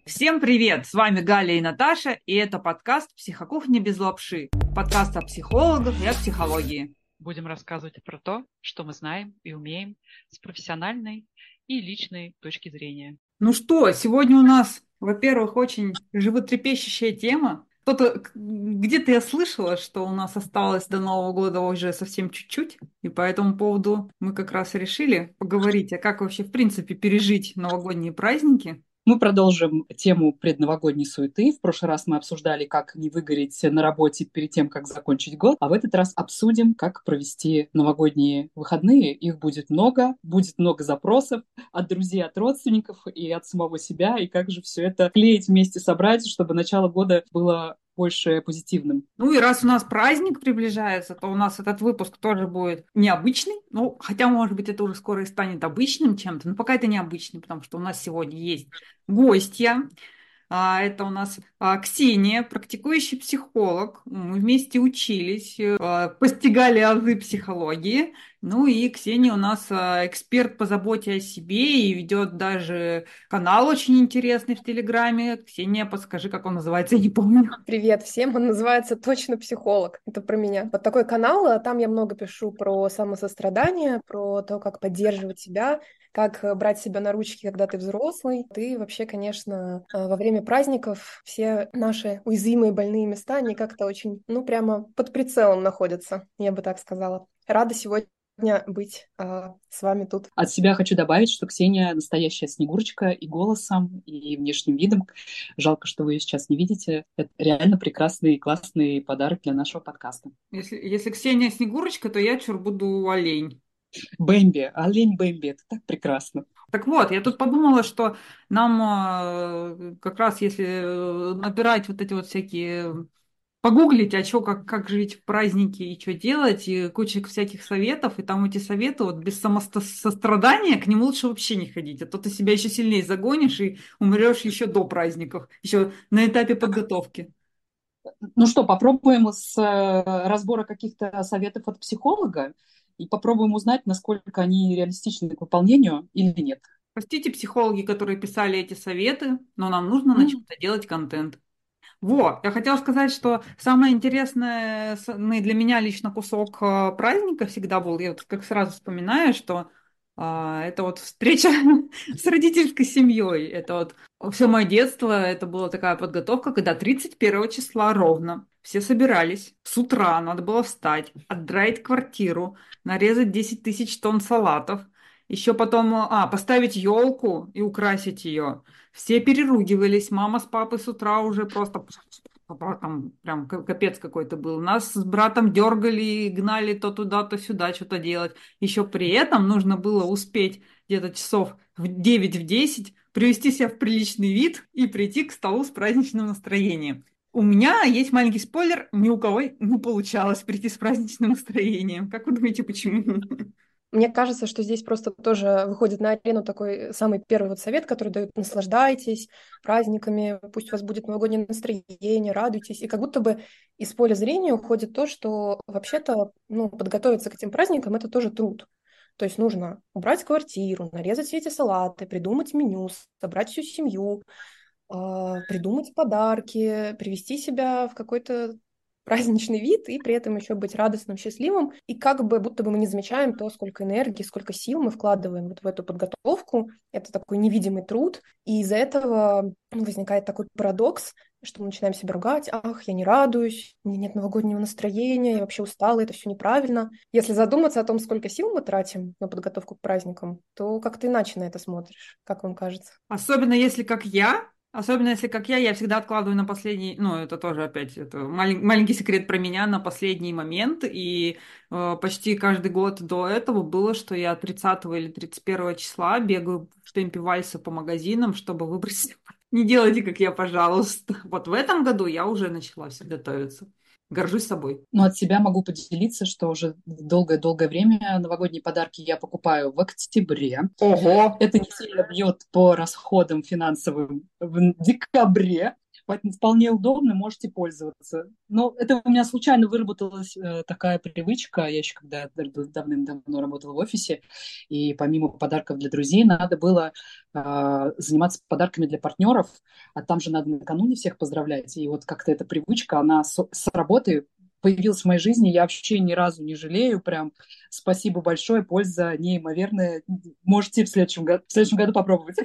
Всем привет! С вами Галя и Наташа, и это подкаст «Психокухня без лапши». Подкаст о психологах и о психологии. Будем рассказывать про то, что мы знаем и умеем с профессиональной и личной точки зрения. Ну что, сегодня у нас, во-первых, очень животрепещущая тема. Где-то я слышала, что у нас осталось до Нового года уже совсем чуть-чуть, и по этому поводу мы как раз решили поговорить, а как вообще в принципе пережить новогодние праздники. Мы продолжим тему предновогодней суеты. В прошлый раз мы обсуждали, как не выгореть на работе перед тем, как закончить год. А в этот раз обсудим, как провести новогодние выходные. Их будет много запросов от друзей, от родственников и от самого себя. И как же все это клеить вместе, собрать, чтобы начало года было больше позитивным. Ну и раз у нас праздник приближается, то у нас этот выпуск тоже будет необычный. Ну, хотя, может быть, это уже скоро и станет обычным чем-то, но пока это необычный, потому что у нас сегодня есть гостья. Это у нас Ксения, практикующий психолог. Мы вместе учились, постигали азы психологии. Ну и Ксения у нас эксперт по заботе о себе и ведет даже канал очень интересный в Телеграме. Ксения, подскажи, как он называется, я не помню. Привет всем, он называется «Точно психолог». Это про меня. Вот такой канал, там я много пишу про самосострадание, про то, как поддерживать себя, как брать себя на ручки, когда ты взрослый. Ты вообще, конечно, во время праздников все наши уязвимые больные места, они как-то очень, прямо под прицелом находятся, я бы так сказала. Рада сегодня быть с вами тут. От себя хочу добавить, что Ксения настоящая Снегурочка и голосом, и внешним видом. Жалко, что вы ее сейчас не видите. Это реально прекрасный и классный подарок для нашего подкаста. Если Ксения Снегурочка, то я чур буду олень. Бэмби, олень Бэмби, это так прекрасно. Так вот, я тут подумала, что нам как раз если набирать вот эти вот всякие, погуглить, а что, как жить в празднике и что делать, и куча всяких советов, и там эти советы, вот без самосострадания к ним лучше вообще не ходить, а то ты себя еще сильнее загонишь и умрешь еще до праздников, еще на этапе подготовки. Ну что, попробуем с разбора каких-то советов от психолога и попробуем узнать, насколько они реалистичны к выполнению или нет. Простите, психологи, которые писали эти советы, но нам нужно начать делать контент. Вот, я хотела сказать, что самое интересное для меня лично кусок праздника всегда был, я вот как сразу вспоминаю, что это вот встреча с родительской семьей. Это вот все мое детство, это была такая подготовка, когда 31 числа ровно все собирались. С утра надо было встать, отдраить квартиру, нарезать 10 тысяч тонн салатов, еще потом поставить елку и украсить ее. Все переругивались, мама с папой с утра уже просто там прям капец какой-то был. Нас с братом дергали, гнали то туда, то сюда что-то делать. Еще при этом нужно было успеть где-то часов в 9 в 10 привести себя в приличный вид и прийти к столу с праздничным настроением. У меня есть маленький спойлер, ни у кого не получалось прийти с праздничным настроением. Как вы думаете, почему? Мне кажется, что здесь просто тоже выходит на арену такой самый первый вот совет, который дают: наслаждайтесь праздниками, пусть у вас будет новогоднее настроение, радуйтесь. И как будто бы из поля зрения уходит то, что вообще-то, подготовиться к этим праздникам — это тоже труд. То есть нужно убрать квартиру, нарезать все эти салаты, придумать меню, собрать всю семью, придумать подарки, привести себя в какой-то праздничный вид и при этом еще быть радостным, счастливым. И как бы будто бы мы не замечаем то, сколько энергии, сколько сил мы вкладываем вот в эту подготовку. Это такой невидимый труд. И из-за этого возникает такой парадокс, что мы начинаем себя ругать: ах, я не радуюсь, у меня нет новогоднего настроения, я вообще устала, это все неправильно. Если задуматься о том, сколько сил мы тратим на подготовку к праздникам, то как-то иначе на это смотришь, как вам кажется? Особенно если, как я всегда откладываю на последний, ну, это тоже опять, это маленький секрет про меня, на последний момент, и почти каждый год до этого было, что я 30 или 31 числа бегаю в темпе вальса по магазинам, чтобы выбрать. Не делайте, как я, пожалуйста. Вот в этом году я уже начала все готовиться. Горжусь собой. Но от себя могу поделиться, что уже долгое-долгое время новогодние подарки я покупаю в октябре. Ого! Это не сильно бьет по расходам финансовым в декабре. Поэтому вполне удобно, можете пользоваться. Но это у меня случайно выработалась такая привычка. Я еще когда давным-давно работала в офисе, и помимо подарков для друзей надо было заниматься подарками для партнеров, а там же надо накануне всех поздравлять. И вот как-то эта привычка, она с работы появилась в моей жизни, я вообще ни разу не жалею, прям спасибо большое, польза неимоверная. Можете в следующем году попробовать.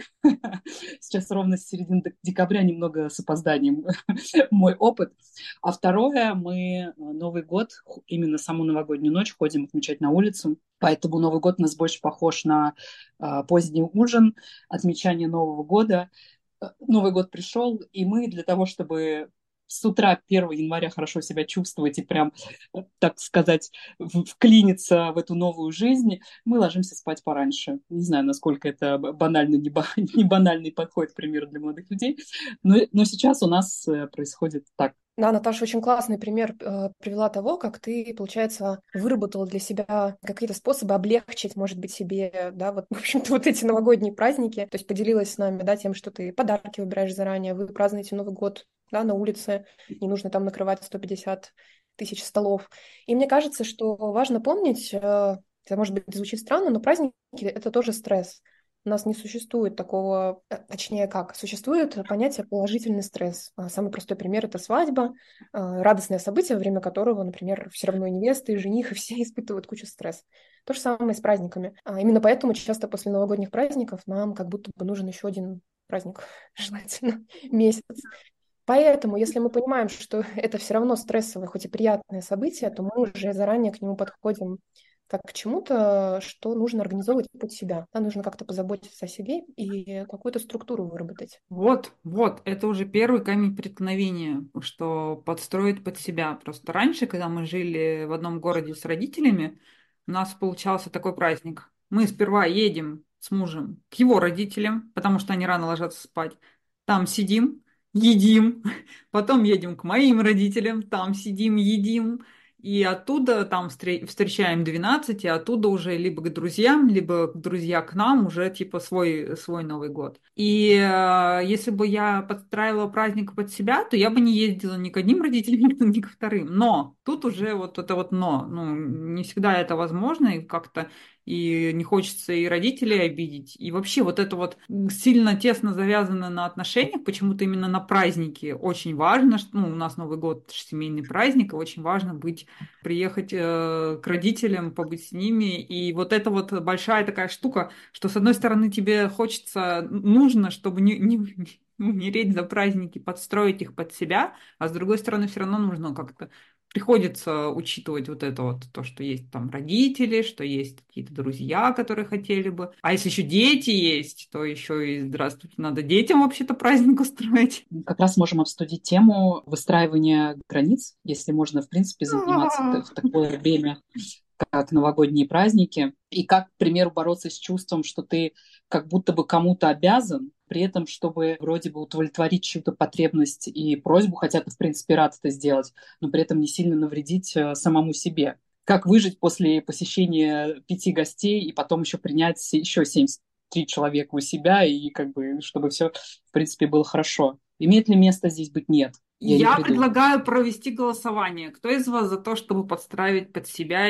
Сейчас ровно с середины декабря, немного с опозданием мой опыт. А второе, мы Новый год, именно саму новогоднюю ночь ходим отмечать на улицу, поэтому Новый год у нас больше похож на поздний ужин, отмечание Нового года. Новый год пришел, и мы для того, чтобы с утра 1 января хорошо себя чувствовать и прям, так сказать, вклиниться в эту новую жизнь, мы ложимся спать пораньше. Не знаю, насколько это банально, не банальный подход, к примеру, для молодых людей, но сейчас у нас происходит так. Да, Наташа очень классный пример привела того, как ты, получается, выработала для себя какие-то способы облегчить, может быть, себе, да, вот, в общем-то, вот эти новогодние праздники. То есть поделилась с нами, да, тем, что ты подарки выбираешь заранее, вы празднуете Новый год, да, на улице, не нужно там накрывать 150 тысяч столов. И мне кажется, что важно помнить, это, может быть, звучит странно, но праздники — это тоже стресс. У нас не существует такого, точнее как, существует понятие положительный стресс. Самый простой пример — это свадьба, радостное событие, во время которого, например, все равно и невеста, и жених, и все испытывают кучу стресса. То же самое с праздниками. Именно поэтому часто после новогодних праздников нам как будто бы нужен еще один праздник, желательно месяц. Поэтому, если мы понимаем, что это все равно стрессовое, хоть и приятное событие, то мы уже заранее к нему подходим как к чему-то, что нужно организовывать под себя. Да, нужно как-то позаботиться о себе и какую-то структуру выработать. Вот, вот, это уже первый камень преткновения, что подстроить под себя. Просто раньше, когда мы жили в одном городе с родителями, у нас получался такой праздник. Мы сперва едем с мужем к его родителям, потому что они рано ложатся спать. Там сидим, едим, потом едем к моим родителям, там сидим, едим. И оттуда там встречаем 12, и оттуда уже либо к друзьям, либо друзья к нам, уже типа свой Новый год. И если бы я подстраивала праздник под себя, то я бы не ездила ни к одним родителям, ни к вторым. Но тут уже вот это вот но. Ну, не всегда это возможно, и как-то и не хочется и родителей обидеть. И вообще вот это вот сильно тесно завязано на отношениях, почему-то именно на праздники очень важно, что, ну, у нас Новый год — это же семейный праздник, и очень важно приехать к родителям, побыть с ними. И вот это вот большая такая штука, что с одной стороны тебе хочется, нужно, чтобы не умереть за праздники, подстроить их под себя, а с другой стороны все равно нужно как-то приходится учитывать вот это вот, то, что есть там родители, что есть какие-то друзья, которые хотели бы. А если еще дети есть, то еще и здравствуйте, надо детям вообще-то праздник устроить. Как раз можем обсудить тему выстраивания границ, если можно, в принципе, заниматься в такое время, как новогодние праздники, и как, к примеру, бороться с чувством, что ты как будто бы кому-то обязан, при этом, чтобы вроде бы удовлетворить чью-то потребность и просьбу, хотя ты, в принципе, рад это сделать, но при этом не сильно навредить самому себе. Как выжить после посещения 5 гостей и потом еще принять еще 73 человека у себя, и как бы, чтобы все, в принципе, было хорошо. Имеет ли место здесь быть? Нет. Я предлагаю провести голосование. Кто из вас за то, чтобы подстраивать под себя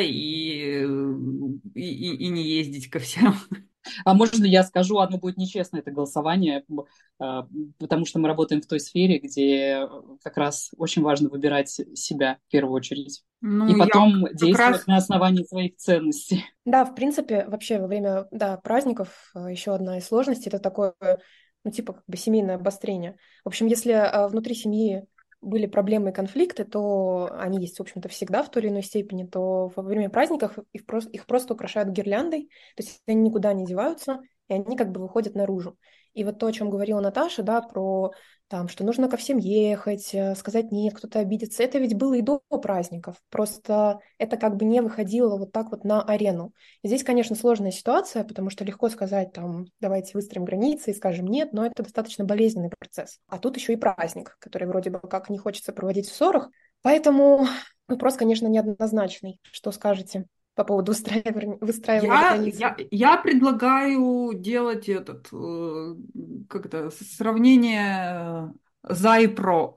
и не ездить ко всем? А можно я скажу, оно будет нечестно, это голосование, потому что мы работаем в той сфере, где как раз очень важно выбирать себя в первую очередь. Ну, И потом я как действовать раз... на основании своих ценностей. Да, в принципе, вообще во время, да, праздников еще одна из сложностей — это такое, ну, типа, как бы семейное обострение. В общем, если внутри семьи были проблемы и конфликты, то они есть, в общем-то, всегда в той или иной степени, то во время праздников их просто украшают гирляндой, то есть они никуда не деваются, и они как бы выходят наружу. И вот то, о чем говорила Наташа, да, про там, что нужно ко всем ехать, сказать нет, кто-то обидится, это ведь было и до праздников, просто это как бы не выходило вот так вот на арену. И здесь, конечно, сложная ситуация, потому что легко сказать, там, давайте выстроим границы и скажем нет, но это достаточно болезненный процесс. А тут еще и праздник, который вроде бы как не хочется проводить в ссорах, поэтому вопрос, конечно, неоднозначный. Что скажете по поводу выстраивания границ? Я предлагаю делать как-то сравнение за и про,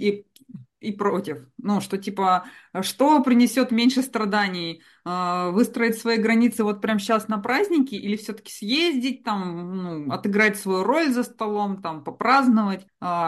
и против. Ну, что типа, что принесет меньше страданий? Выстроить свои границы вот прямо сейчас на праздники или все-таки съездить, там, ну, отыграть свою роль за столом, там, попраздновать,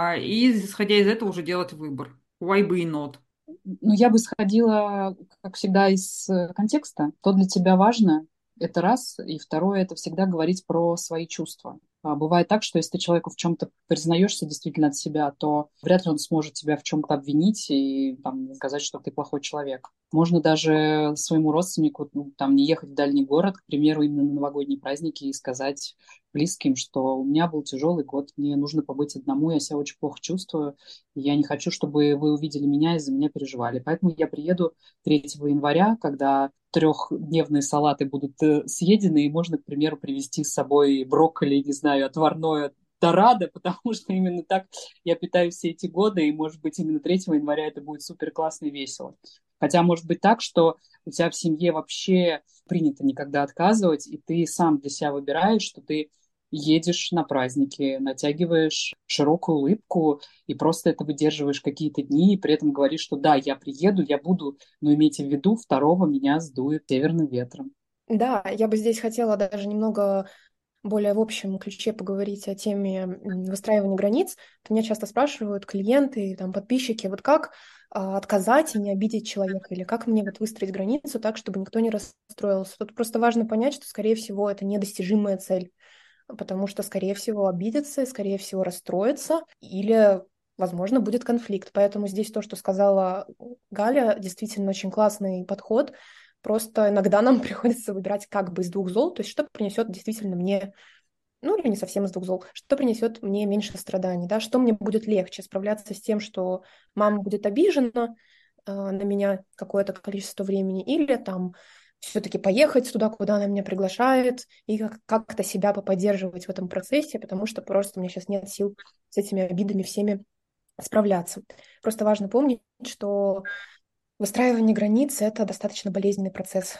и, исходя из этого, уже делать выбор. Why be not? Ну, я бы сходила, как всегда, из контекста. То для тебя важно, это раз. И второе, это всегда говорить про свои чувства. Бывает так, что если ты человеку в чем-то признаешься действительно от себя, то вряд ли он сможет тебя в чем-то обвинить и там, сказать, что ты плохой человек. Можно даже своему родственнику ну, там, не ехать в дальний город, к примеру, именно на новогодние праздники и сказать близким, что у меня был тяжелый год, мне нужно побыть одному, я себя очень плохо чувствую, и я не хочу, чтобы вы увидели меня и за меня переживали. Поэтому я приеду 3 января, когда трехдневные салаты будут съедены, и можно, к примеру, привезти с собой брокколи, не знаю, отварное дорадо, потому что именно так я питаюсь все эти годы, и, может быть, именно 3 января это будет супер классно и весело. Хотя может быть так, что у тебя в семье вообще принято никогда отказывать, и ты сам для себя выбираешь, что ты едешь на праздники, натягиваешь широкую улыбку и просто это выдерживаешь какие-то дни, и при этом говоришь, что да, я приеду, я буду, но имейте в виду, 2-го меня сдует северным ветром. Да, я бы здесь хотела даже немного более в общем ключе поговорить о теме выстраивания границ. То меня часто спрашивают клиенты, там, подписчики, вот как отказать и не обидеть человека, или как мне вот выстроить границу так, чтобы никто не расстроился. Тут просто важно понять, что, скорее всего, это недостижимая цель, потому что, скорее всего, обидится, скорее всего, расстроится, или, возможно, будет конфликт. Поэтому здесь то, что сказала Галя, действительно очень классный подход. Просто иногда нам приходится выбирать как бы из двух зол, то есть что принесет действительно мне, ну или не совсем из двух зол, что принесет мне меньше страданий, да, что мне будет легче справляться с тем, что мама будет обижена на меня какое-то количество времени, или там все-таки поехать туда, куда она меня приглашает, и как-то себя поподдерживать в этом процессе, потому что просто у меня сейчас нет сил с этими обидами всеми справляться. Просто важно помнить, что выстраивание границ — это достаточно болезненный процесс,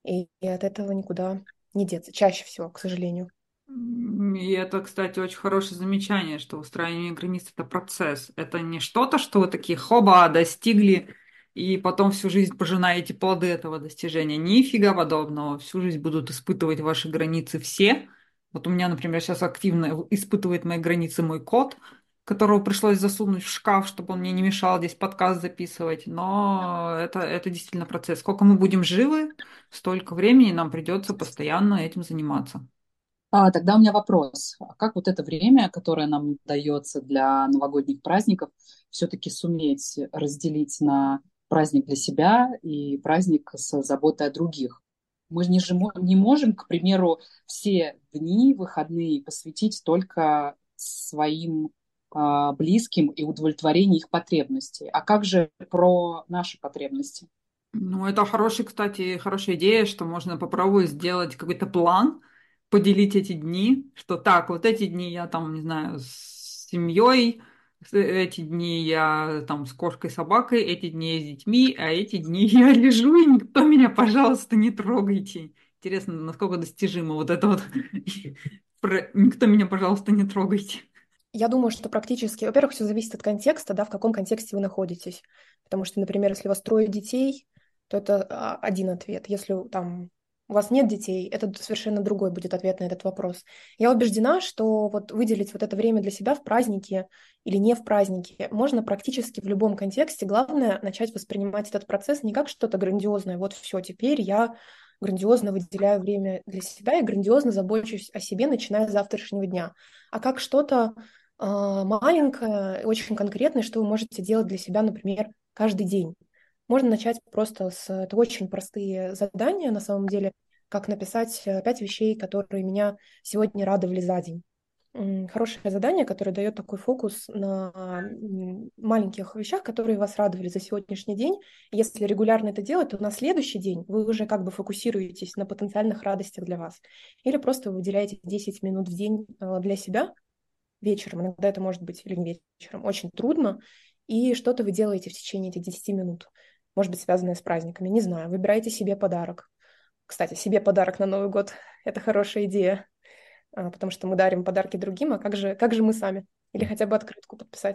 и от этого никуда не деться, чаще всего, к сожалению. И это, кстати, очень хорошее замечание, что устраивание границ — это процесс. Это не что-то, что вы такие хоба достигли, и потом всю жизнь пожинаете плоды этого достижения. Нифига подобного. Всю жизнь будут испытывать ваши границы все. Вот у меня, например, сейчас активно испытывает мои границы мой кот, которого пришлось засунуть в шкаф, чтобы он мне не мешал здесь подкаст записывать. Но это действительно процесс. Сколько мы будем живы, столько времени нам придется постоянно этим заниматься. Тогда у меня вопрос. А как вот это время, которое нам дается для новогодних праздников, все-таки суметь разделить на праздник для себя и праздник с заботой о других? Мы же не можем, к примеру, все дни выходные посвятить только своим близким и удовлетворению их потребностей. А как же про наши потребности? Ну, это хороший, кстати, хорошая идея, что можно попробовать сделать какой-то план, поделить эти дни, что так, вот эти дни я там, не знаю, с семьей, эти дни я там с кошкой, собакой, эти дни я с детьми, а эти дни я лежу, и никто меня, пожалуйста, не трогайте. Интересно, насколько достижимо вот это вот. Никто меня, пожалуйста, не трогайте. Я думаю, что практически, во-первых, все зависит от контекста, да, в каком контексте вы находитесь. Потому что, например, если у вас 3 детей, то это один ответ. Если там у вас нет детей, это совершенно другой будет ответ на этот вопрос. Я убеждена, что вот выделить вот это время для себя в празднике или не в празднике можно практически в любом контексте. Главное начать воспринимать этот процесс не как что-то грандиозное. Вот все, теперь я грандиозно выделяю время для себя и грандиозно забочусь о себе, начиная с завтрашнего дня, а как что-то маленькое, очень конкретное, что вы можете делать для себя, например, каждый день. Можно начать просто это очень простые задания, на самом деле, как написать 5 вещей, которые меня сегодня радовали за день. Хорошее задание, которое дает такой фокус на маленьких вещах, которые вас радовали за сегодняшний день. Если регулярно это делать, то на следующий день вы уже как бы фокусируетесь на потенциальных радостях для вас. Или просто вы выделяете 10 минут в день для себя, вечером, иногда это может быть или не вечером, очень трудно, и что-то вы делаете в течение этих 10 минут, может быть, связанное с праздниками, не знаю, выбирайте себе подарок. Кстати, себе подарок на Новый год — это хорошая идея, потому что мы дарим подарки другим, а как же мы сами? Или хотя бы открытку подписать.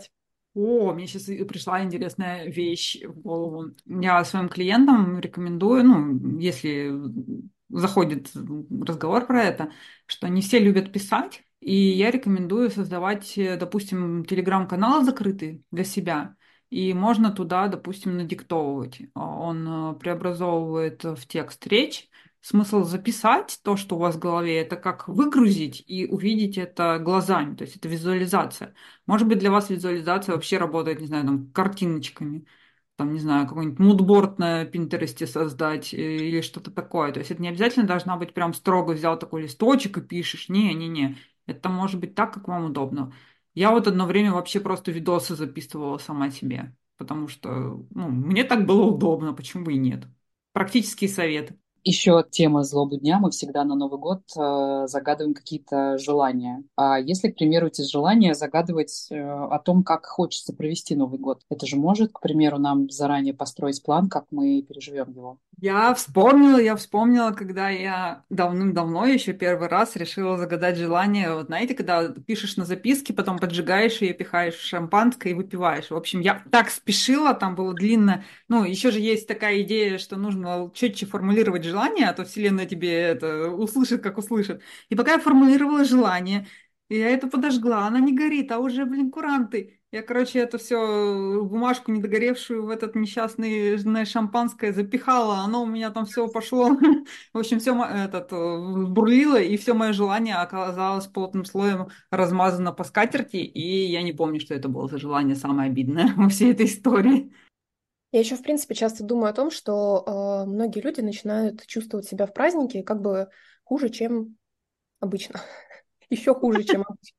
О, мне сейчас пришла интересная вещь в голову. Я своим клиентам рекомендую, ну, если заходит разговор про это, что не все любят писать, и я рекомендую создавать, допустим, телеграм-канал закрытый для себя, и можно туда, допустим, надиктовывать. Он преобразовывает в текст речь. Смысл записать то, что у вас в голове, это как выгрузить и увидеть это глазами, то есть это визуализация. Может быть, для вас визуализация вообще работает, не знаю, там, картиночками, там, не знаю, какой-нибудь мудборд на Пинтересте создать или что-то такое. То есть это не обязательно должна быть прям строго взял такой листочек и пишешь. Не-не-не. Это может быть так, как вам удобно. Я вот одно время вообще просто видосы записывала сама себе, потому что, ну, мне так было удобно, почему бы и нет. Практические советы. Еще тема злобы дня. Мы всегда на Новый год загадываем какие-то желания. А если, к примеру, эти желания загадывать о том, как хочется провести Новый год, это же может, к примеру, нам заранее построить план, как мы переживем его. Я вспомнила, когда я давным-давно еще первый раз решила загадать желание. Вот знаете, когда пишешь на записке, потом поджигаешь ее, пихаешь в шампанское и выпиваешь. В общем, я так спешила, там было длинно. Ну, еще же есть такая идея, что нужно четче формулировать желание, а то Вселенная тебе это услышит, как услышит. И пока я формулировала желание, я это подожгла, она не горит, а уже, блин, куранты. Я, короче, это все бумажку недогоревшую в этот несчастный шампанское запихала, оно у меня там все пошло. В общем, все этот бурлило, и все мое желание оказалось плотным слоем размазано по скатерти, и я не помню, что это было за желание самое обидное во всей этой истории. Я еще, в принципе, часто думаю о том, что многие люди начинают чувствовать себя в празднике как бы хуже, чем обычно. Еще хуже, чем обычно.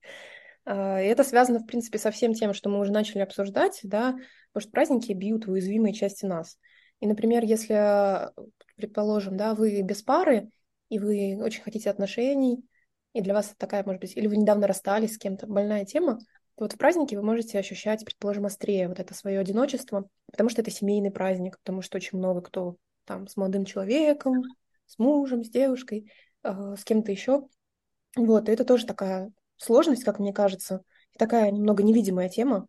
И это связано, в принципе, со всем тем, что мы уже начали обсуждать, да, потому что праздники бьют в уязвимые части нас. И, например, если, предположим, да, вы без пары, и вы очень хотите отношений, и для вас это такая, может быть, или вы недавно расстались с кем-то, больная тема, то вот в празднике вы можете ощущать, предположим, острее вот это свое одиночество, потому что это семейный праздник, потому что очень много кто там с молодым человеком, с мужем, с девушкой, с кем-то еще. Вот, и это тоже такая сложность, как мне кажется, и такая немного невидимая тема.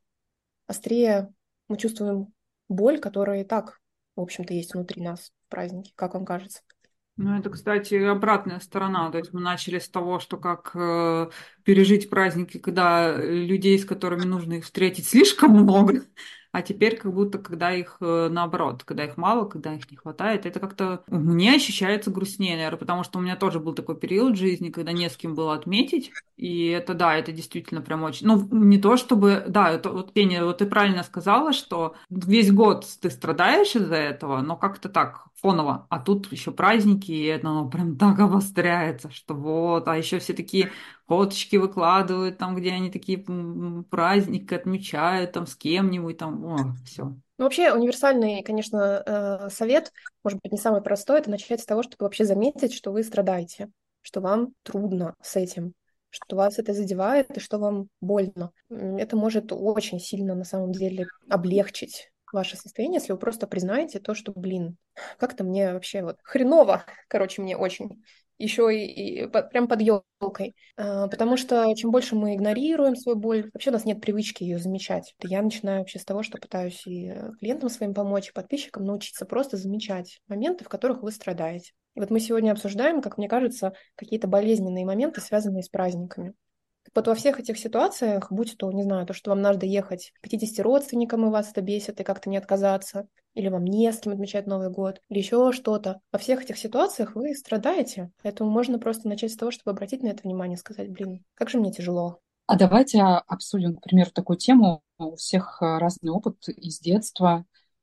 Острее мы чувствуем боль, которая и так, в общем-то, есть внутри нас в празднике, как вам кажется? Ну, это, кстати, обратная сторона. То есть мы начали с того, что как пережить праздники, когда людей, с которыми нужно их встретить, слишком много, а теперь как будто, когда их наоборот, когда их мало, когда их не хватает, это как-то мне ощущается грустнее, наверное, потому что у меня тоже был такой период в жизни, когда не с кем было отметить, и это, да, это действительно прям очень... Ну, не то чтобы... Да, это вот, Пеня, вот ты правильно сказала, что весь год ты страдаешь из-за этого, но как-то так, фоново. А тут еще праздники, и это оно прям так обостряется, что вот. А еще все такие фоточки выкладывают, там, где они такие праздники отмечают, там, с кем-нибудь, там, о, все. Ну, вообще, универсальный, конечно, совет, может быть, не самый простой, это начать с того, чтобы вообще заметить, что вы страдаете, что вам трудно с этим, что вас это задевает и что вам больно. Это может очень сильно, на самом деле, облегчить ваше состояние, если вы просто признаете то, что, блин, как-то мне вообще вот хреново, короче, мне очень. Еще прям под елкой. Потому что чем больше мы игнорируем свою боль, вообще у нас нет привычки ее замечать. Я начинаю вообще с того, что пытаюсь и клиентам своим помочь, и подписчикам научиться просто замечать моменты, в которых вы страдаете. И вот мы сегодня обсуждаем, как мне кажется, какие-то болезненные моменты, связанные с праздниками. Так вот во всех этих ситуациях, будь то, не знаю, то, что вам надо ехать к 50 родственникам, и вас это бесит, и как-то не отказаться, или вам не с кем отмечать Новый год, или еще что-то. Во всех этих ситуациях вы страдаете. Поэтому можно просто начать с того, чтобы обратить на это внимание, сказать, блин, как же мне тяжело. А давайте обсудим, к примеру, такую тему. У всех разный опыт из детства,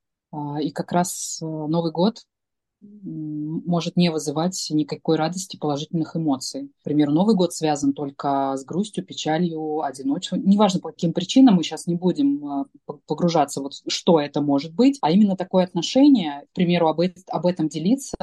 и как раз Новый год может не вызывать никакой радости, положительных эмоций. К примеру, Новый год связан только с грустью, печалью, одиночеством. Неважно, по каким причинам, мы сейчас не будем погружаться, вот что это может быть, а именно такое отношение, к примеру, об этом делиться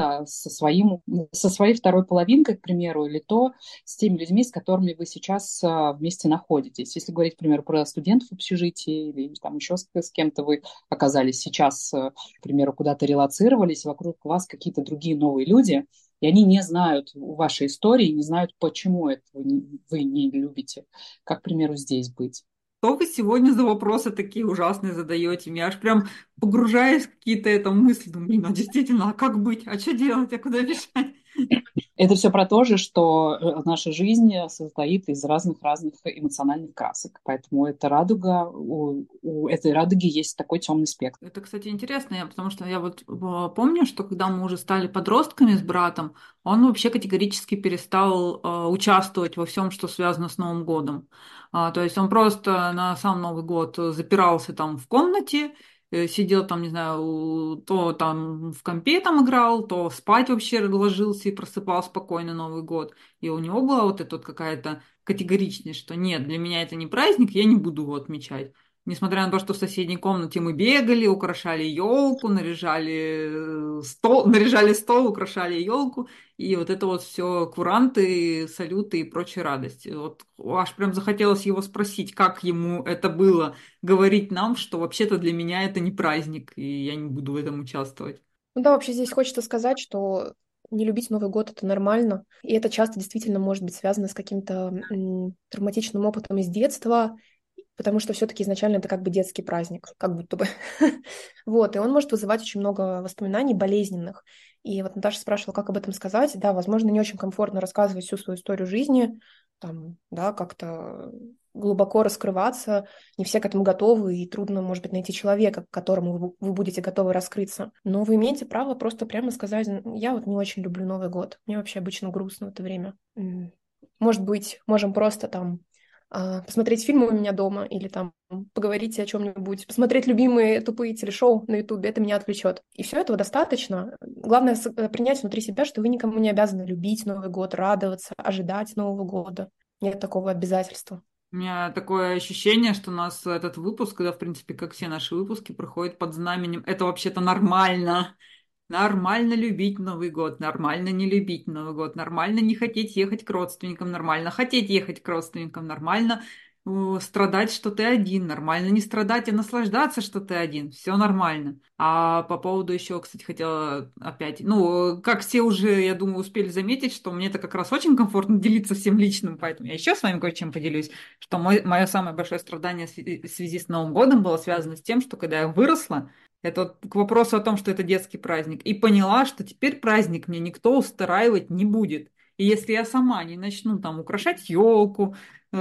со своей второй половинкой, к примеру, или то с теми людьми, с которыми вы сейчас вместе находитесь. Если говорить, к примеру, про студентов в общежитии или там еще с кем-то вы оказались сейчас, к примеру, куда-то релоцировались, вокруг вас какие-то другие новые люди, и они не знают вашей истории, не знают, почему это вы не любите. Как, к примеру, здесь быть? что вы сегодня за вопросы такие ужасные задаете? Я аж прям погружаюсь в какие-то это мысли. Думаю, блин, а действительно, а как быть? А что делать? А куда бежать? Это все про то же, что наша жизнь состоит из разных-разных эмоциональных красок. Поэтому эта радуга, у этой радуги есть такой темный спектр. Это, кстати, интересно, потому что я вот помню, что когда мы уже стали подростками с братом, он вообще категорически перестал участвовать во всем, что связано с Новым годом. То есть он просто на сам Новый год запирался там в комнате, сидел там, не знаю, то там в компе там играл, то спать вообще ложился и просыпал спокойно Новый год. И у него была вот эта вот какая-то категоричность, что нет, для меня это не праздник, я не буду его отмечать. Несмотря на то, что в соседней комнате мы бегали, украшали елку, наряжали стол, украшали елку, и вот это вот все куранты, салюты и прочая радость. И вот аж прям захотелось его спросить, как ему это было говорить нам, что вообще-то для меня это не праздник, и я не буду в этом участвовать. Ну да, вообще здесь хочется сказать, что не любить Новый год — это нормально. И это часто действительно может быть связано с каким-то травматичным опытом из детства, потому что все-таки изначально это как бы детский праздник, как будто бы. Вот, и он может вызывать очень много воспоминаний болезненных. И вот Наташа спрашивала, как об этом сказать. Да, возможно, не очень комфортно рассказывать всю свою историю жизни, там, да, как-то глубоко раскрываться. Не все к этому готовы, и трудно, может быть, найти человека, к которому вы будете готовы раскрыться. Но вы имеете право просто прямо сказать: я вот не очень люблю Новый год, мне вообще обычно грустно в это время. Может быть, можем просто там посмотреть фильмы у меня дома или там поговорить о чем-нибудь, посмотреть любимые тупые телешоу на Ютубе, это меня отвлечет. И все этого достаточно. Главное принять внутри себя, что вы никому не обязаны любить Новый год, радоваться, ожидать Нового года. Нет такого обязательства. У меня такое ощущение, что у нас этот выпуск, да, в принципе, как все наши выпуски, проходит под знаменем «это вообще-то нормально». Нормально любить Новый год, нормально не любить Новый год, нормально не хотеть ехать к родственникам, нормально хотеть ехать к родственникам, нормально страдать, что ты один, нормально не страдать, а наслаждаться, что ты один. Все нормально. А по поводу еще, кстати, хотела опять, ну, как все уже, я думаю, успели заметить, что мне это как раз очень комфортно делиться всем личным, поэтому я еще с вами кое-чем поделюсь, что мое самое большое страдание в связи с Новым годом было связано с тем, что когда я выросла, это вот к вопросу о том, что это детский праздник. И поняла, что теперь праздник мне никто устраивать не будет. И если я сама не начну там украшать елку,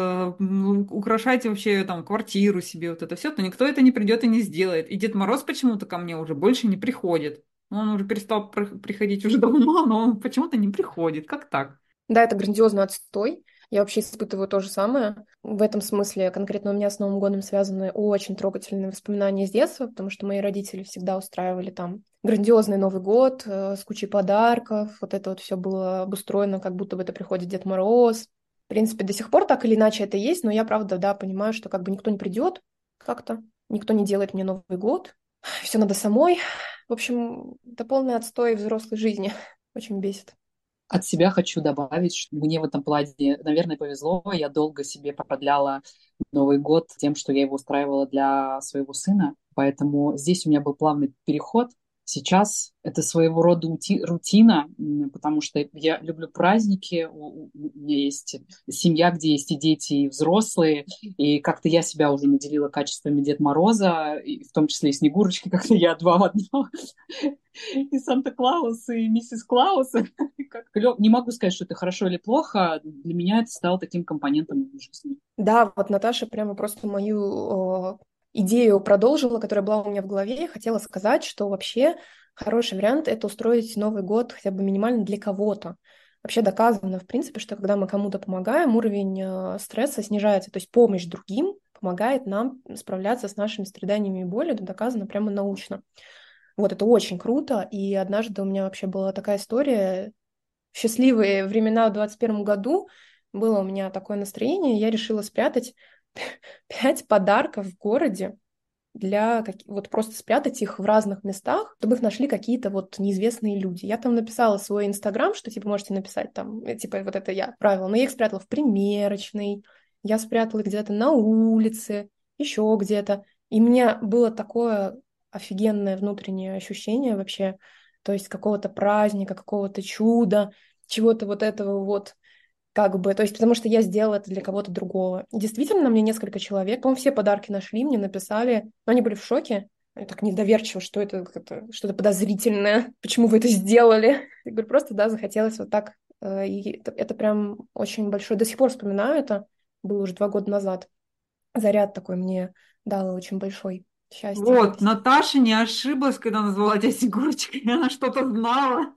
украшать вообще там квартиру себе, вот это все, то никто это не придет и не сделает. И Дед Мороз почему-то ко мне уже больше не приходит. Он уже перестал приходить уже давно, но он почему-то не приходит. Как так? Да, это грандиозный отстой. Я вообще испытываю то же самое. В этом смысле конкретно у меня с Новым годом связаны очень трогательные воспоминания с детства, потому что мои родители всегда устраивали там грандиозный Новый год с кучей подарков. Вот это вот все было обустроено, как будто бы это приходит Дед Мороз. В принципе, до сих пор так или иначе это есть, но я, правда, да, понимаю, что как бы никто не придет как-то, никто не делает мне Новый год. Все надо самой. В общем, это полный отстой взрослой жизни. Очень бесит. От себя хочу добавить, что мне в этом плане, наверное, повезло. Я долго себе продляла Новый год тем, что я его устраивала для своего сына. Поэтому здесь у меня был плавный переход. Сейчас это своего рода рутина, потому что я люблю праздники. У меня есть семья, где есть и дети, и взрослые. И как-то я себя уже наделила качествами Дед Мороза, и в том числе и Снегурочки, как-то я два в одном. И Санта-Клаус, и миссис Клаус. Не могу сказать, что это хорошо или плохо. Для меня это стало таким компонентом жизни. Да, вот Наташа прямо просто мою идею продолжила, которая была у меня в голове. Я хотела сказать, что вообще хороший вариант — это устроить Новый год хотя бы минимально для кого-то. Вообще доказано, в принципе, что когда мы кому-то помогаем, уровень стресса снижается. То есть помощь другим помогает нам справляться с нашими страданиями и болью. Это доказано прямо научно. Вот, это очень круто. И однажды у меня вообще была такая история. В счастливые времена в 21 году было у меня такое настроение, я решила спрятать 5 подарков в городе вот просто спрятать их в разных местах, чтобы их нашли какие-то вот неизвестные люди. Я там написала свой Инстаграм, что типа можете написать там, типа вот это я правила, но я их спрятала в примерочной, я спрятала где-то на улице, еще где-то. И мне было такое офигенное внутреннее ощущение вообще, то есть какого-то праздника, какого-то чуда, чего-то вот этого вот как бы, то есть потому что я сделала это для кого-то другого. И действительно, мне несколько человек, по-моему, все подарки нашли, мне написали, но они были в шоке. Они так недоверчиво, что это что-то подозрительное, почему вы это сделали? Я говорю, просто, да, захотелось вот так. И это прям очень большой, до сих пор вспоминаю это, было уже 2 года назад. Заряд такой мне дал очень большой счастье, Вот, радости. Наташа не ошиблась, когда назвала тебя Снегурочкой. Она что-то знала.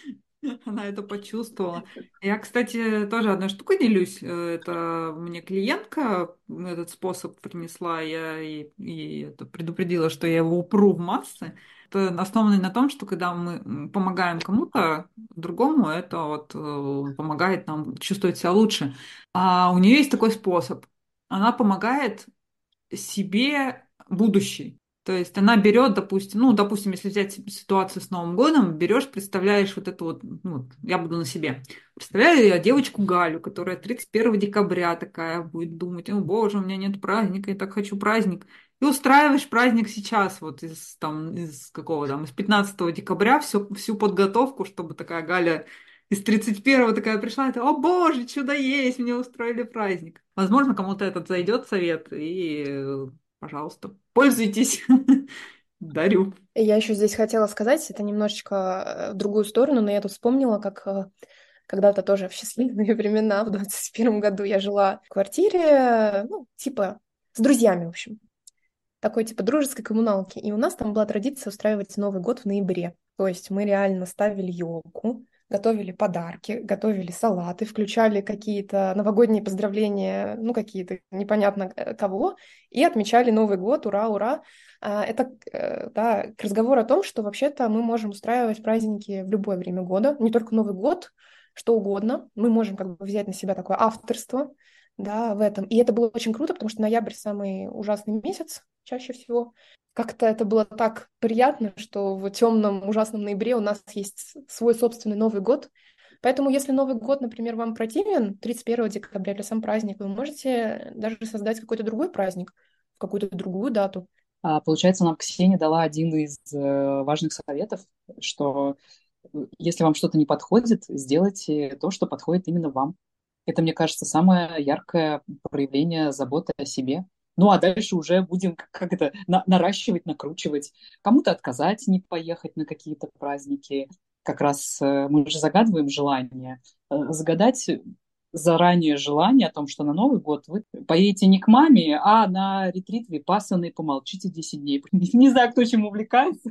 Она это почувствовала. Я, кстати, тоже одной штукой делюсь. Это мне клиентка этот способ принесла, я и это предупредила, что я его упру в массы. Это основано на том, что когда мы помогаем кому-то другому, это вот помогает нам чувствовать себя лучше. А у нее есть такой способ. Она помогает себе будущий. То есть она берет, допустим, допустим, если взять ситуацию с Новым годом, берешь, представляешь вот эту вот, я буду на себе. Представляю я девочку Галю, которая 31 декабря такая будет думать, о боже, у меня нет праздника, я так хочу праздник. И устраиваешь праздник сейчас, вот из какого там, из 15 декабря, всю подготовку, чтобы такая Галя из 31-го такая пришла, это, о боже, чудо есть, мне устроили праздник. Возможно, кому-то этот зайдет совет, и, пожалуйста, пользуйтесь, дарю. Я еще здесь хотела сказать, это немножечко в другую сторону, но я тут вспомнила, как когда-то тоже в счастливые времена, в 21 году я жила в квартире, ну, типа, с друзьями, в общем. Такой, типа, дружеской коммуналки. И у нас там была традиция устраивать Новый год в ноябре. То есть мы реально ставили елку, готовили подарки, готовили салаты, включали какие-то новогодние поздравления, ну, какие-то непонятно кого, и отмечали Новый год, ура, ура. Это, да, к разговору о том, что вообще-то мы можем устраивать праздники в любое время года, не только Новый год, что угодно. Мы можем как бы взять на себя такое авторство, да, в этом. И это было очень круто, потому что ноябрь самый ужасный месяц чаще всего. Как-то это было так приятно, что в темном ужасном ноябре у нас есть свой собственный Новый год. Поэтому, если Новый год, например, вам противен, 31 декабря или сам праздник, вы можете даже создать какой-то другой праздник, в какую-то другую дату. Получается, нам Ксения дала один из важных советов, что если вам что-то не подходит, сделайте то, что подходит именно вам. Это, мне кажется, самое яркое проявление заботы о себе. Ну, а дальше уже будем как это наращивать, накручивать. Кому-то отказать, не поехать на какие-то праздники. Как раз мы же загадываем желание. Загадать заранее желание о том, что на Новый год вы поедете не к маме, а на ретрит випассаны и помолчите 10 дней. Не знаю, кто чем увлекается.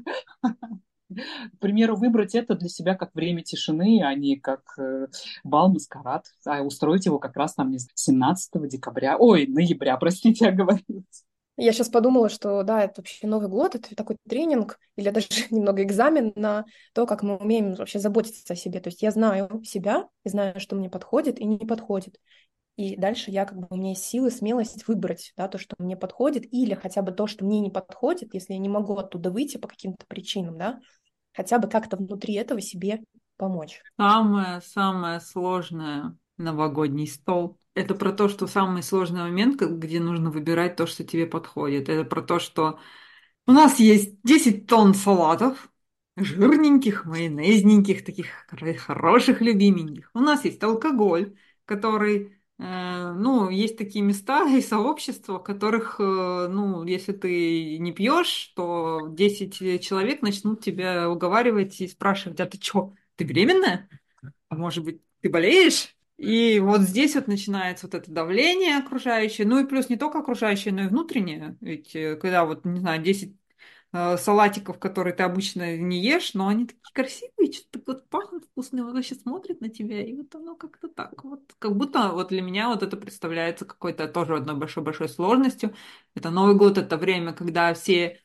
К примеру, выбрать это для себя как время тишины, а не как бал-маскарад, а устроить его как раз там, не знаю, 17 декабря, ой, ноября, простите, оговорилась. Я сейчас подумала, что да, это вообще Новый год, это такой тренинг или даже немного экзамен на то, как мы умеем вообще заботиться о себе. То есть я знаю себя, и знаю, что мне подходит и не подходит. И дальше я как бы у меня есть силы, смелость выбрать, да, то, что мне подходит, или хотя бы то, что мне не подходит, если я не могу оттуда выйти по каким-то причинам, да, хотя бы как-то внутри этого себе помочь. Самое сложное новогодний стол. Это про то, что самый сложный момент, где нужно выбирать то, что тебе подходит. Это про то, что у нас есть 10 тонн салатов, жирненьких, майонезненьких, таких хороших, любименьких. У нас есть алкоголь, который, есть такие места и сообщества, в которых, если ты не пьешь, то 10 человек начнут тебя уговаривать и спрашивать, а ты что, ты беременная? А может быть, ты болеешь? И вот здесь вот начинается вот это давление окружающее, ну и плюс не только окружающее, но и внутреннее. Ведь когда вот, не знаю, 10 салатиков, которые ты обычно не ешь, но они такие красивые, что-то так вот пахнут вкусные, вот вообще смотрят на тебя, и вот оно как-то так вот, как будто вот для меня вот это представляется какой-то тоже одной большой-большой сложностью. Это Новый год, это время, когда все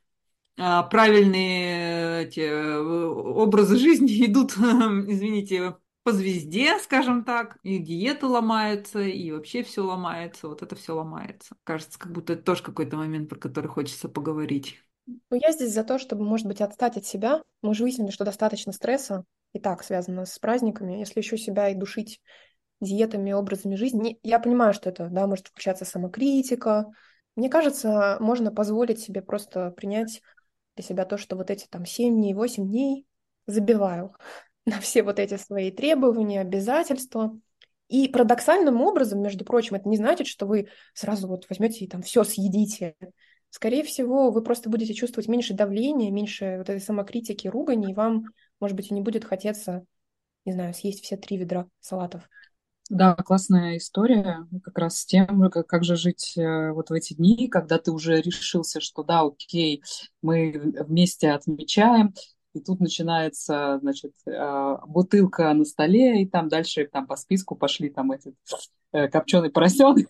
правильные эти образы жизни идут, извините, по звезде, скажем так, и диеты ломаются, и вообще все ломается, вот это все ломается. Кажется, как будто это тоже какой-то момент, про который хочется поговорить. Ну, я здесь за то, чтобы, может быть, отстать от себя. Мы же выяснили, что достаточно стресса и так связано с праздниками. Если еще себя и душить диетами, образами жизни. Я понимаю, что это, да, может включаться самокритика. Мне кажется, можно позволить себе просто принять для себя то, что вот эти там 7 дней, 8 дней забиваю на все вот эти свои требования, обязательства И парадоксальным образом, между прочим, это не значит, что вы сразу вот возьмете и там все съедите. Скорее всего, вы просто будете чувствовать меньше давления, меньше вот этой самокритики, ругани, и вам, может быть, и не будет хотеться, не знаю, съесть все 3 ведра салатов. Да, классная история как раз с тем, как же жить вот в эти дни, когда ты уже решился, что да, окей, мы вместе отмечаем, и тут начинается, значит, бутылка на столе, и там дальше там по списку пошли там этот копченый поросенок,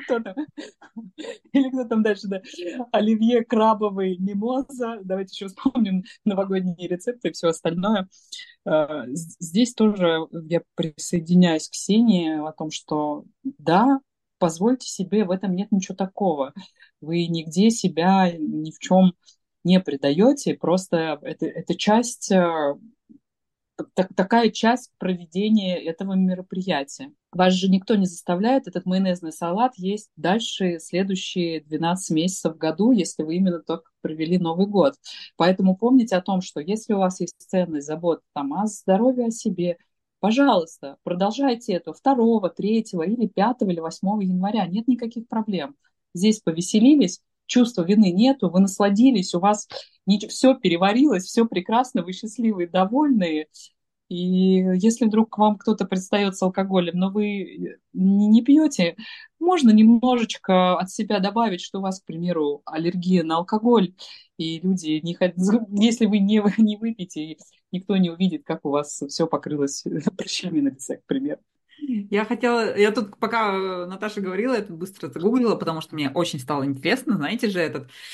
или кто там дальше, да, оливье крабовый, мимоза, давайте еще вспомним новогодние рецепты и все остальное. Здесь тоже я присоединяюсь к Ксении о том, что да, позвольте себе, в этом нет ничего такого. Вы нигде себя ни в чем не предаете, просто это часть, такая часть проведения этого мероприятия. Вас же никто не заставляет этот майонезный салат есть дальше следующие 12 месяцев в году, если вы именно только провели Новый год. Поэтому помните о том, что если у вас есть ценность, забота там, о здоровье, о себе, пожалуйста, продолжайте это 2, 3 или 5 или 8 января. Нет никаких проблем. Здесь повеселились, чувства вины нету, вы насладились, у вас все переварилось, все прекрасно, вы счастливые, довольные. И если вдруг к вам кто-то предстает с алкоголем, но вы не пьете, можно немножечко от себя добавить, что у вас, к примеру, аллергия на алкоголь, и люди не хотят, если вы не выпьете, никто не увидит, как у вас все покрылось прыщами на лице, к примеру. Я тут, пока Наташа говорила, я тут быстро загуглила, потому что мне очень стало интересно, знаете же,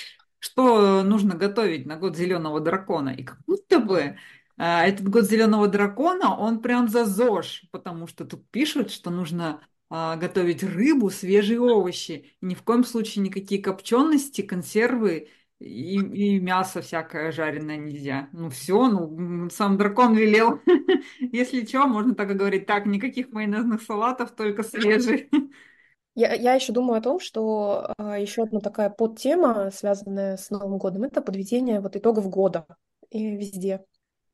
что нужно готовить на год зеленого дракона. И как будто бы этот год зеленого дракона, он прям за ЗОЖ, потому что тут пишут, что нужно готовить рыбу, свежие овощи. И ни в коем случае никакие копчености, консервы и мясо всякое жареное нельзя. Ну все, сам дракон велел. Если что, можно так и говорить, так, никаких майонезных салатов, только свежие. Я еще думаю о том, что еще одна такая подтема, связанная с Новым годом, это подведение вот итогов года и везде.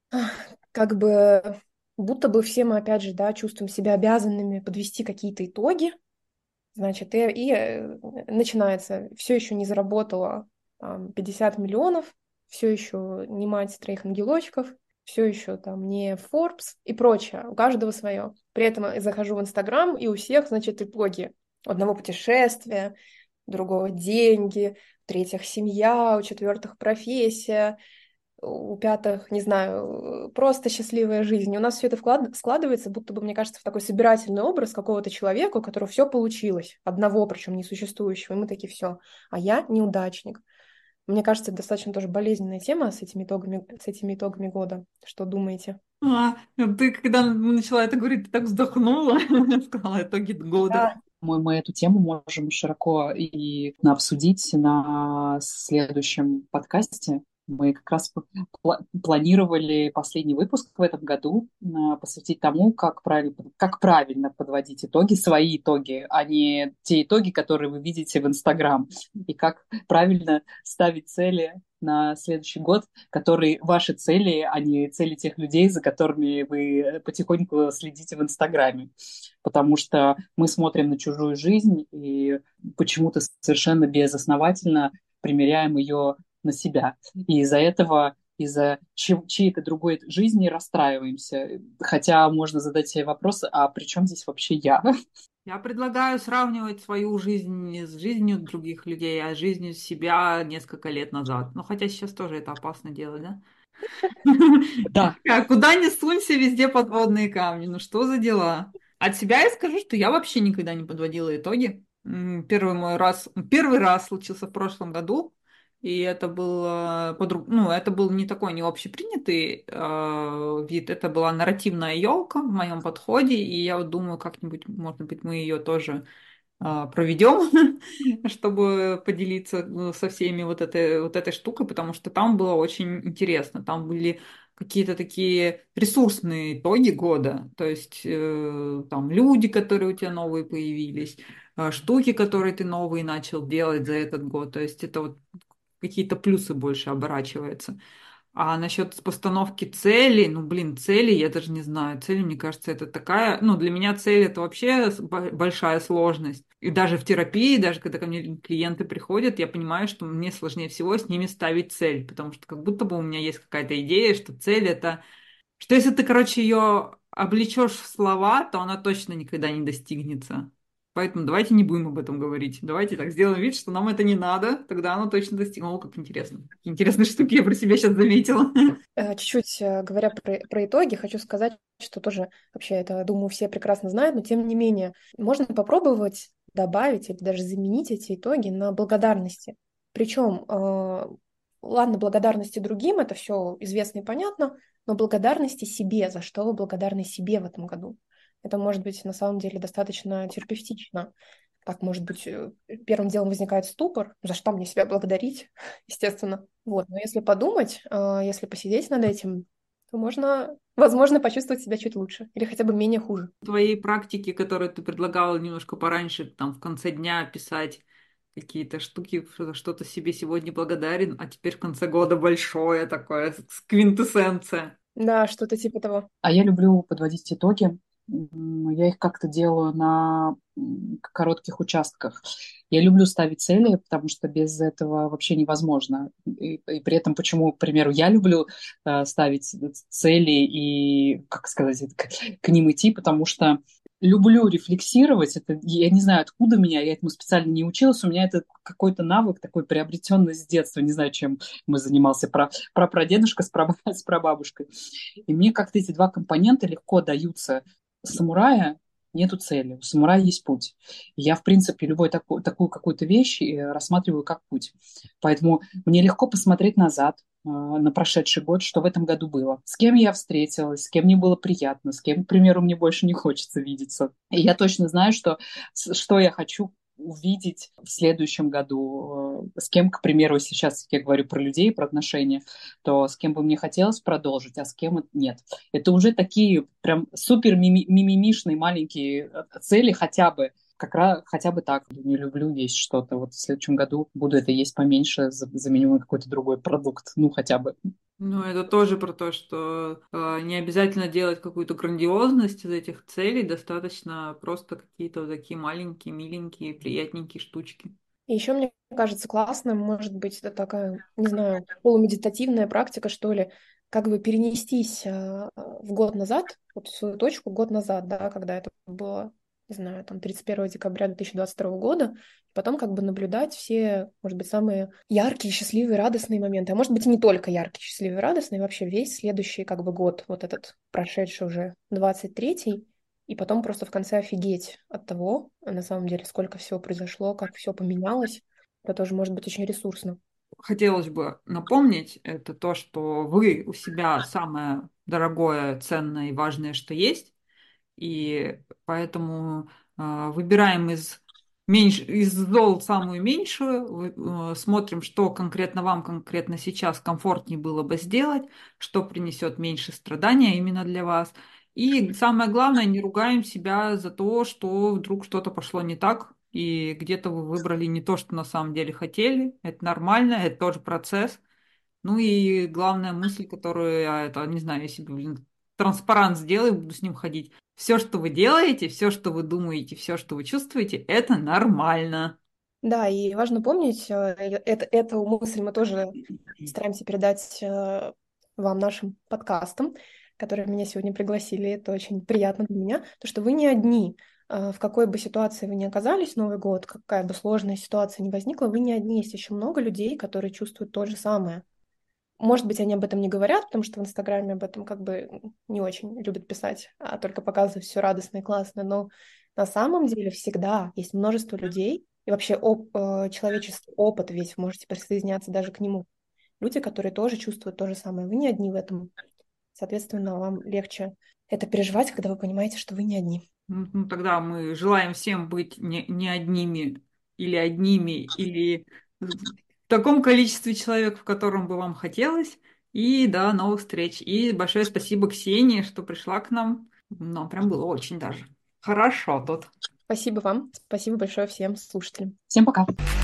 Как бы будто бы все мы, опять же, да, чувствуем себя обязанными подвести какие-то итоги, значит, начинается, все еще не заработала 50 миллионов, все еще не мать 3 ангелочков, все еще там не Forbes и прочее, у каждого свое. При этом я захожу в Инстаграм, и у всех, значит, итоги. У одного путешествия, у другого деньги, у третьих семья, у четвертых профессия, у пятых, не знаю, просто счастливая жизнь. И у нас все это складывается, будто бы, мне кажется, в такой собирательный образ какого-то человека, у которого все получилось, одного, причем несуществующего, и мы такие все, а я неудачник. Мне кажется, это достаточно тоже болезненная тема с этими итогами года. Что думаете? Ты, когда начала это говорить, ты так вздохнула, сказала итоги года. Да. Мы эту тему можем широко и обсудить на следующем подкасте. Мы как раз планировали последний выпуск в этом году посвятить тому, как правильно подводить итоги, свои итоги, а не те итоги, которые вы видите в Инстаграм, и как правильно ставить цели на следующий год, которые ваши цели, а не цели тех людей, за которыми вы потихоньку следите в Инстаграме. Потому что мы смотрим на чужую жизнь и почему-то совершенно безосновательно примеряем ее на себя. И из-за этого, из-за чьей-то другой жизни расстраиваемся. Хотя можно задать себе вопрос, а при чем здесь вообще я? Я предлагаю сравнивать свою жизнь не с жизнью других людей, а с жизнью себя несколько лет назад. Ну, хотя сейчас тоже это опасно делать, да? Да. Куда ни сунься, везде подводные камни. Ну, что за дела? От себя я скажу, что я вообще никогда не подводила итоги. Первый раз случился в прошлом году, и это был, это был не такой не общепринятый вид, это была нарративная елка в моем подходе, и я вот думаю, как-нибудь, может быть, мы ее тоже проведем, чтобы поделиться со всеми вот этой штукой, потому что там было очень интересно. Там были какие-то такие ресурсные итоги года, то есть там люди, которые у тебя новые появились, штуки, которые ты новые начал делать за этот год, то есть это вот какие-то плюсы больше оборачивается. А насчет постановки цели, ну, блин, цели, я даже не знаю. Цели, мне кажется, это такая... Ну, для меня цель — это вообще большая сложность. И даже в терапии, даже когда ко мне клиенты приходят, я понимаю, что мне сложнее всего с ними ставить цель, потому что как будто бы у меня есть какая-то идея, что цель — это... Что если ты, короче, ее облечешь в слова, то она точно никогда не достигнется. Поэтому давайте не будем об этом говорить. Давайте так сделаем вид, что нам это не надо, тогда оно точно достигнет. О, как интересно. Какие интересные штуки я про себя сейчас заметила. Чуть-чуть говоря про итоги, хочу сказать, что тоже вообще это, думаю, все прекрасно знают, но тем не менее можно попробовать добавить или даже заменить эти итоги на благодарности. Причем, ладно, благодарности другим, это все известно и понятно, но благодарности себе, за что вы благодарны себе в этом году. Это может быть на самом деле достаточно терапевтично. Так, может быть, первым делом возникает ступор, за что мне себя благодарить, естественно. Вот. Но если подумать, если посидеть над этим, то можно, возможно, почувствовать себя чуть лучше или хотя бы менее хуже. В твоей практике, которую ты предлагала немножко пораньше, там в конце дня писать какие-то штуки, что-то себе сегодня благодарен, а теперь в конце года большое такое, квинтэссенция. Да, что-то типа того. А я люблю подводить итоги. Я их как-то делаю на коротких участках. Я люблю ставить цели, потому что без этого вообще невозможно. И при этом, почему, к примеру, я люблю ставить цели и, как сказать, к ним идти, потому что люблю рефлексировать. Это, я не знаю, откуда меня, я этому специально не училась. У меня это какой-то навык такой приобретенный с детства. Не знаю, чем мы занимался. Прадедушка с прабабушкой. И мне как-то эти два компонента легко даются. Самурая нету цели, у самурая есть путь. И я, в принципе, любую такую какую-то вещь рассматриваю как путь. Поэтому мне легко посмотреть назад, на прошедший год, что в этом году было. С кем я встретилась, с кем мне было приятно, с кем, к примеру, мне больше не хочется видеться. И я точно знаю, что я хочу увидеть в следующем году, с кем, к примеру, если сейчас я говорю про людей, про отношения, то с кем бы мне хотелось продолжить, а с кем нет. Это уже такие прям супер мимимишные маленькие цели хотя бы, хотя бы так. Не люблю есть что-то. Вот в следующем году буду это есть поменьше, заменю на какой-то другой продукт. Ну, хотя бы. Ну, это тоже про то, что не обязательно делать какую-то грандиозность из этих целей, достаточно просто какие-то вот такие маленькие, миленькие, приятненькие штучки. И еще мне кажется классно, может быть, это такая, не знаю, полумедитативная практика, что ли, как бы перенестись в год назад, вот в свою точку год назад, да, когда это было, не знаю, там 31 декабря 2022 года, и потом как бы наблюдать все, может быть, самые яркие, счастливые, радостные моменты, а может быть, и не только яркие, счастливые, радостные, вообще весь следующий как бы год, вот этот прошедший уже 23-й, и потом просто в конце офигеть от того, на самом деле, сколько всего произошло, как все поменялось. Это тоже может быть очень ресурсно. Хотелось бы напомнить, это то, что вы у себя самое дорогое, ценное и важное, что есть, и поэтому выбираем из зол самую меньшую, смотрим, что конкретно вам, конкретно сейчас комфортнее было бы сделать, что принесет меньше страдания именно для вас. И самое главное, не ругаем себя за то, что вдруг что-то пошло не так, и где-то вы выбрали не то, что на самом деле хотели. Это нормально, это тоже процесс. Ну и главная мысль, которую я, это, не знаю, если, блин, транспарант сделаю, буду с ним ходить. Все, что вы делаете, все, что вы думаете, все, что вы чувствуете, это нормально. Да, и важно помнить, эту мысль мы тоже стараемся передать вам, нашим подкастам, которые меня сегодня пригласили. Это очень приятно для меня, то, что вы не одни. В какой бы ситуации вы ни оказались в Новый год, какая бы сложная ситуация ни возникла, вы не одни. Есть еще много людей, которые чувствуют то же самое. Может быть, они об этом не говорят, потому что в Инстаграме об этом как бы не очень любят писать, а только показывают все радостно и классно. Но на самом деле всегда есть множество людей, и вообще человеческий опыт весь, вы можете присоединяться даже к нему. Люди, которые тоже чувствуют то же самое. Вы не одни в этом. Соответственно, вам легче это переживать, когда вы понимаете, что вы не одни. Ну, тогда мы желаем всем быть не одними или в таком количестве человек, в котором бы вам хотелось. И до новых встреч. И большое спасибо Ксении, что пришла к нам. Нам прям было очень даже хорошо тут. Спасибо вам. Спасибо большое всем слушателям. Всем пока.